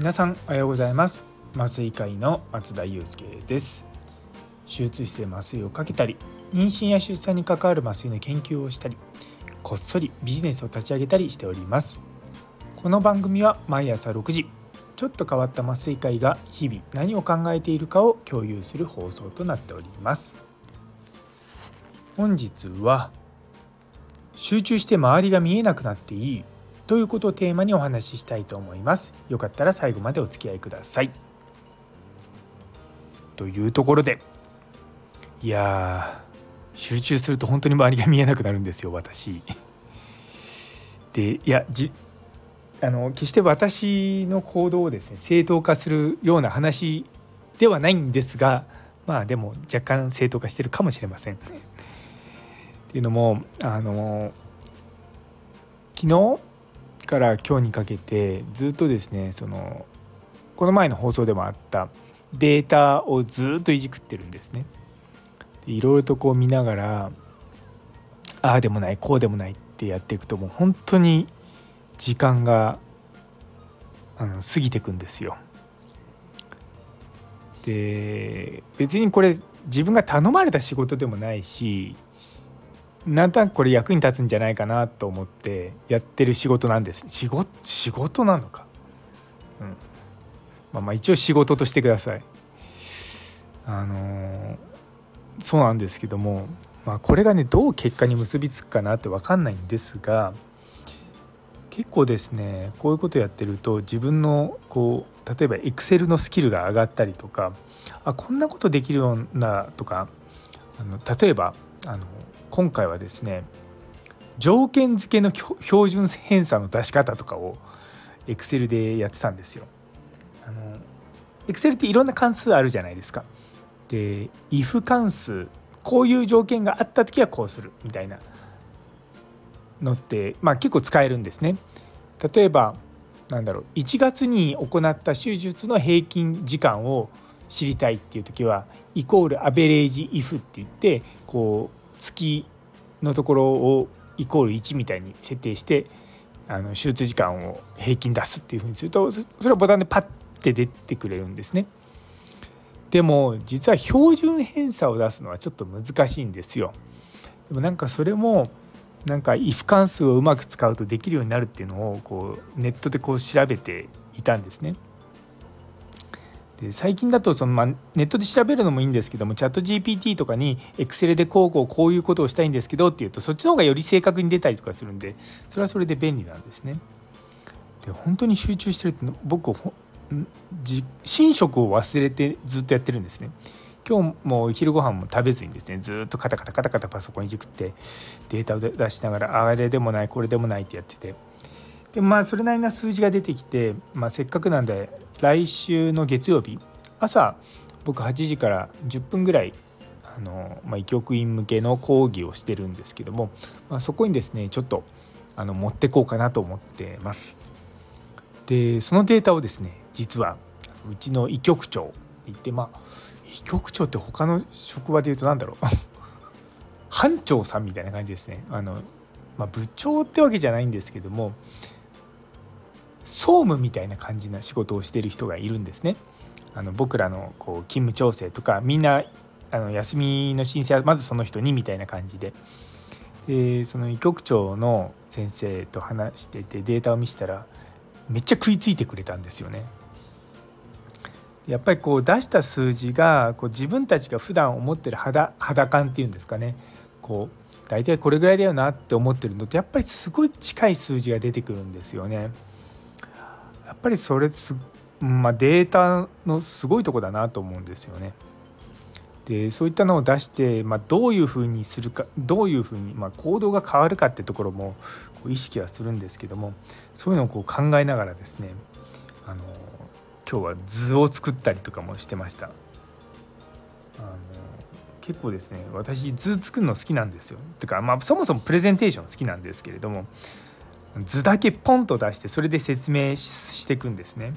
皆さんおはようございます。麻酔科医の松田祐介です。手術室で麻酔をかけたり、妊娠や出産に関わる麻酔の研究をしたり、こっそりビジネスを立ち上げたりしております。この番組は毎朝6時、ちょっと変わった麻酔科医が日々何を考えているかを共有する放送となっております。本日は集中して周りが見えなくなっていいということをテーマにお話ししたいと思います。よかったら最後までお付き合いください。というところで、集中すると本当に周りが見えなくなるんですよ、私。で、決して私の行動をですね、正当化するような話ではないんですが、でも若干正当化してるかもしれません。っていうのも、昨日から今日にかけてずっとですね、この前の放送でもあったデータをずっといじくってるんですね。いろいろとこう見ながら、ああでもないこうでもないってやっていくと、もう本当に時間が過ぎていくんですよ。で、別にこれ自分が頼まれた仕事でもないし、なんとなくこれ役に立つんじゃないかなと思ってやってる仕事なんです。仕事なのか、一応仕事としてください。そうなんですけども、これがね、どう結果に結びつくかなって分かんないんですが、結構ですね、こういうことやってると自分の例えば Excel のスキルが上がったりとか、こんなことできるようなとか、例えば今回はですね、条件付けの標準偏差の出し方とかを Excel でやってたんですよ。Excel っていろんな関数あるじゃないですか。で、if 関数、こういう条件があった時はこうするみたいなのって、結構使えるんですね。例えば1月に行った手術の平均時間を知りたいっていう時はイコールアベレージ if って言って、月のところをイコール1みたいに設定して、手術時間を平均出すっていうふうにすると、それはボタンでパッて出てくれるんですね。でも実は標準偏差を出すのはちょっと難しいんですよ。でもそれもif 関数をうまく使うとできるようになるっていうのをネットで調べていたんですね。で、最近だとネットで調べるのもいいんですけども、チャット GPT とかに Excel でこういうことをしたいんですけどっていうと、そっちの方がより正確に出たりとかするんで、それはそれで便利なんですね。で、本当に集中してるって、僕寝食を忘れてずっとやってるんですね。今日も昼ご飯も食べずにですね、ずっとカタカタパソコンいじくってデータを出しながら、あれでもないこれでもないってやってて、でそれなりな数字が出てきて、せっかくなんで来週の月曜日朝、僕8時から10分ぐらい医局員向けの講義をしてるんですけども、そこにですねちょっと持ってこうかなと思ってます。で、そのデータをですね、実はうちの医局長って言って、医局長って他の職場でいうと班長さんみたいな感じですね。部長ってわけじゃないんですけども、総務みたいな感じな仕事をしている人がいるんですね。僕らの勤務調整とか、みんな休みの申請はまずその人にみたいな感じで、その医局長の先生と話しててデータを見せたら、めっちゃ食いついてくれたんですよね。やっぱり出した数字が自分たちが普段思ってる肌感っていうんですかね、大体これぐらいだよなって思ってるのと、やっぱりすごい近い数字が出てくるんですよね。やっぱりそれデータのすごいとこだなと思うんですよね。で、そういったのを出して、どういうふうにするか、どういうふうに行動が変わるかってところも意識はするんですけども、そういうのを考えながらですね、今日は図を作ったりとかもしてました。結構ですね、私図作るの好きなんですよ。てかそもそもプレゼンテーション好きなんですけれども、図だけポンと出してそれで説明していくんですね。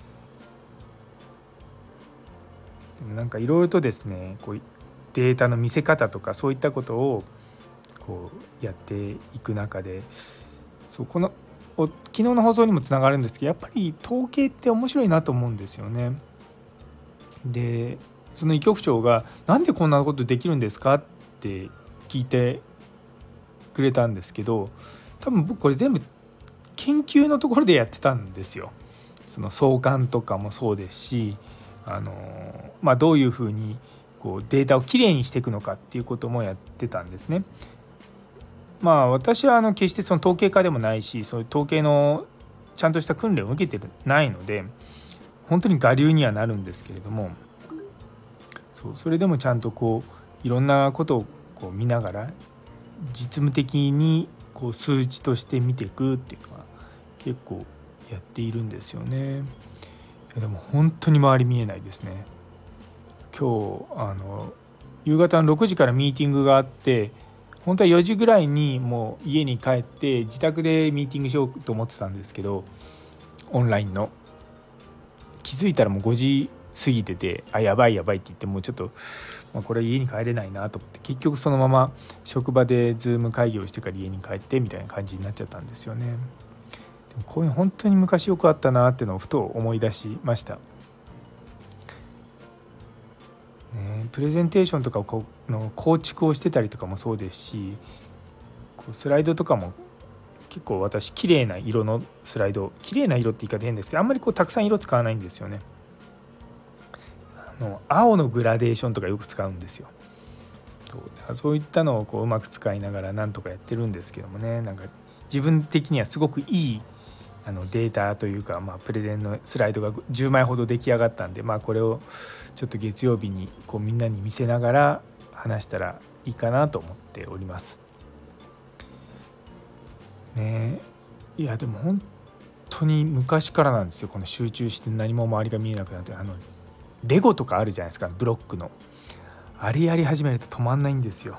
いろいろとですね、データの見せ方とかそういったことをやっていく中で、この昨日の放送にもつながるんですけど、やっぱり統計って面白いなと思うんですよね。でその医局長がなんでこんなことできるんですかって聞いてくれたんですけど、多分僕これ全部研究のところでやってたんですよ。その相関とかもそうですし、どういうふうにこうデータをきれいにしていくのかっていうこともやってたんですね。私は決してその統計家でもないし、そういう統計のちゃんとした訓練を受けてないので本当に我流にはなるんですけれども、それでもちゃんとこういろんなことをこう見ながら実務的にこう数値として見ていくっていうのは結構やっているんですよね。いやでも本当に周り見えないですね。今日夕方の6時からミーティングがあって、本当は4時ぐらいにもう家に帰って自宅でミーティングしようと思ってたんですけど、オンラインの気づいたらもう5時過ぎてて、やばいって言って、もうちょっと、これ家に帰れないなと思って、結局そのまま職場でズーム会議をしてから家に帰ってみたいな感じになっちゃったんですよね。でもこういうの本当に昔よくあったなっていうのをふと思い出しました。プレゼンテーションとかの構築をしてたりとかもそうですし、スライドとかも結構私綺麗な色のスライド、綺麗な色って言い方変ですけど、あんまりたくさん色使わないんですよね。青のグラデーションとかよく使うんですよ。そういったのをうまく使いながらなんとかやってるんですけどもね、なんか自分的にはすごくいいデータというか、プレゼンのスライドが10枚ほど出来上がったんで、これをちょっと月曜日にみんなに見せながら話したらいいかなと思っておりますね。いやでも本当に昔からなんですよ、この集中して何も周りが見えなくなって。レゴとかあるじゃないですか、ブロックのあれやり始めると止まんないんですよ。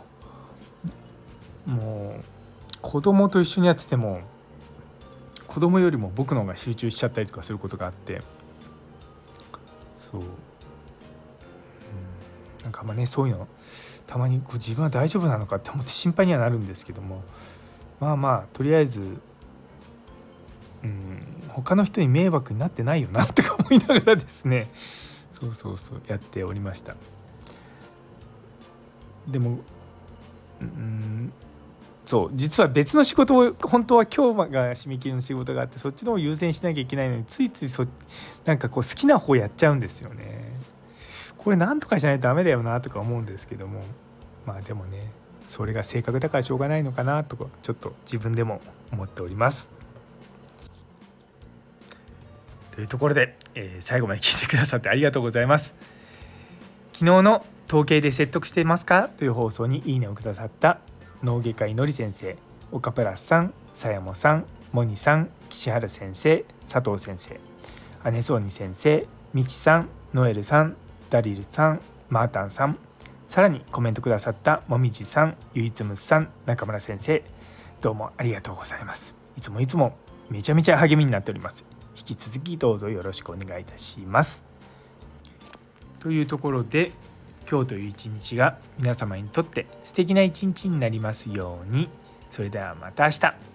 もう子供と一緒にやってても子供よりも僕の方が集中しちゃったりとかすることがあって、なんかそういうのたまに自分は大丈夫なのかって思って心配にはなるんですけども、とりあえず、他の人に迷惑になってないよなとか思いながらですね、そうやっておりました。でも実は別の仕事を本当は今日が締め切りの仕事があって、そっちの方を優先しなきゃいけないのに、ついついなんか好きな方やっちゃうんですよね。これなんとかしないとダメだよなとか思うんですけども、でもね、それが性格だからしょうがないのかなとかちょっと自分でも思っております。というところで、最後まで聞いてくださってありがとうございます。昨日の統計で説得していますかという放送にいいねをくださった脳外科医のり先生、岡プラスさん、さやもさん、モニさん、岸原先生、佐藤先生、姉ソーニ先生、みちさん、ノエルさん、ダリルさん、マータンさん、さらにコメントくださったもみじさん、ゆいつむさん、中村先生、どうもありがとうございます。いつもめちゃめちゃ励みになっております。引き続きどうぞよろしくお願いいたします。というところで、今日という一日が皆様にとって素敵な一日になりますように。それではまた明日。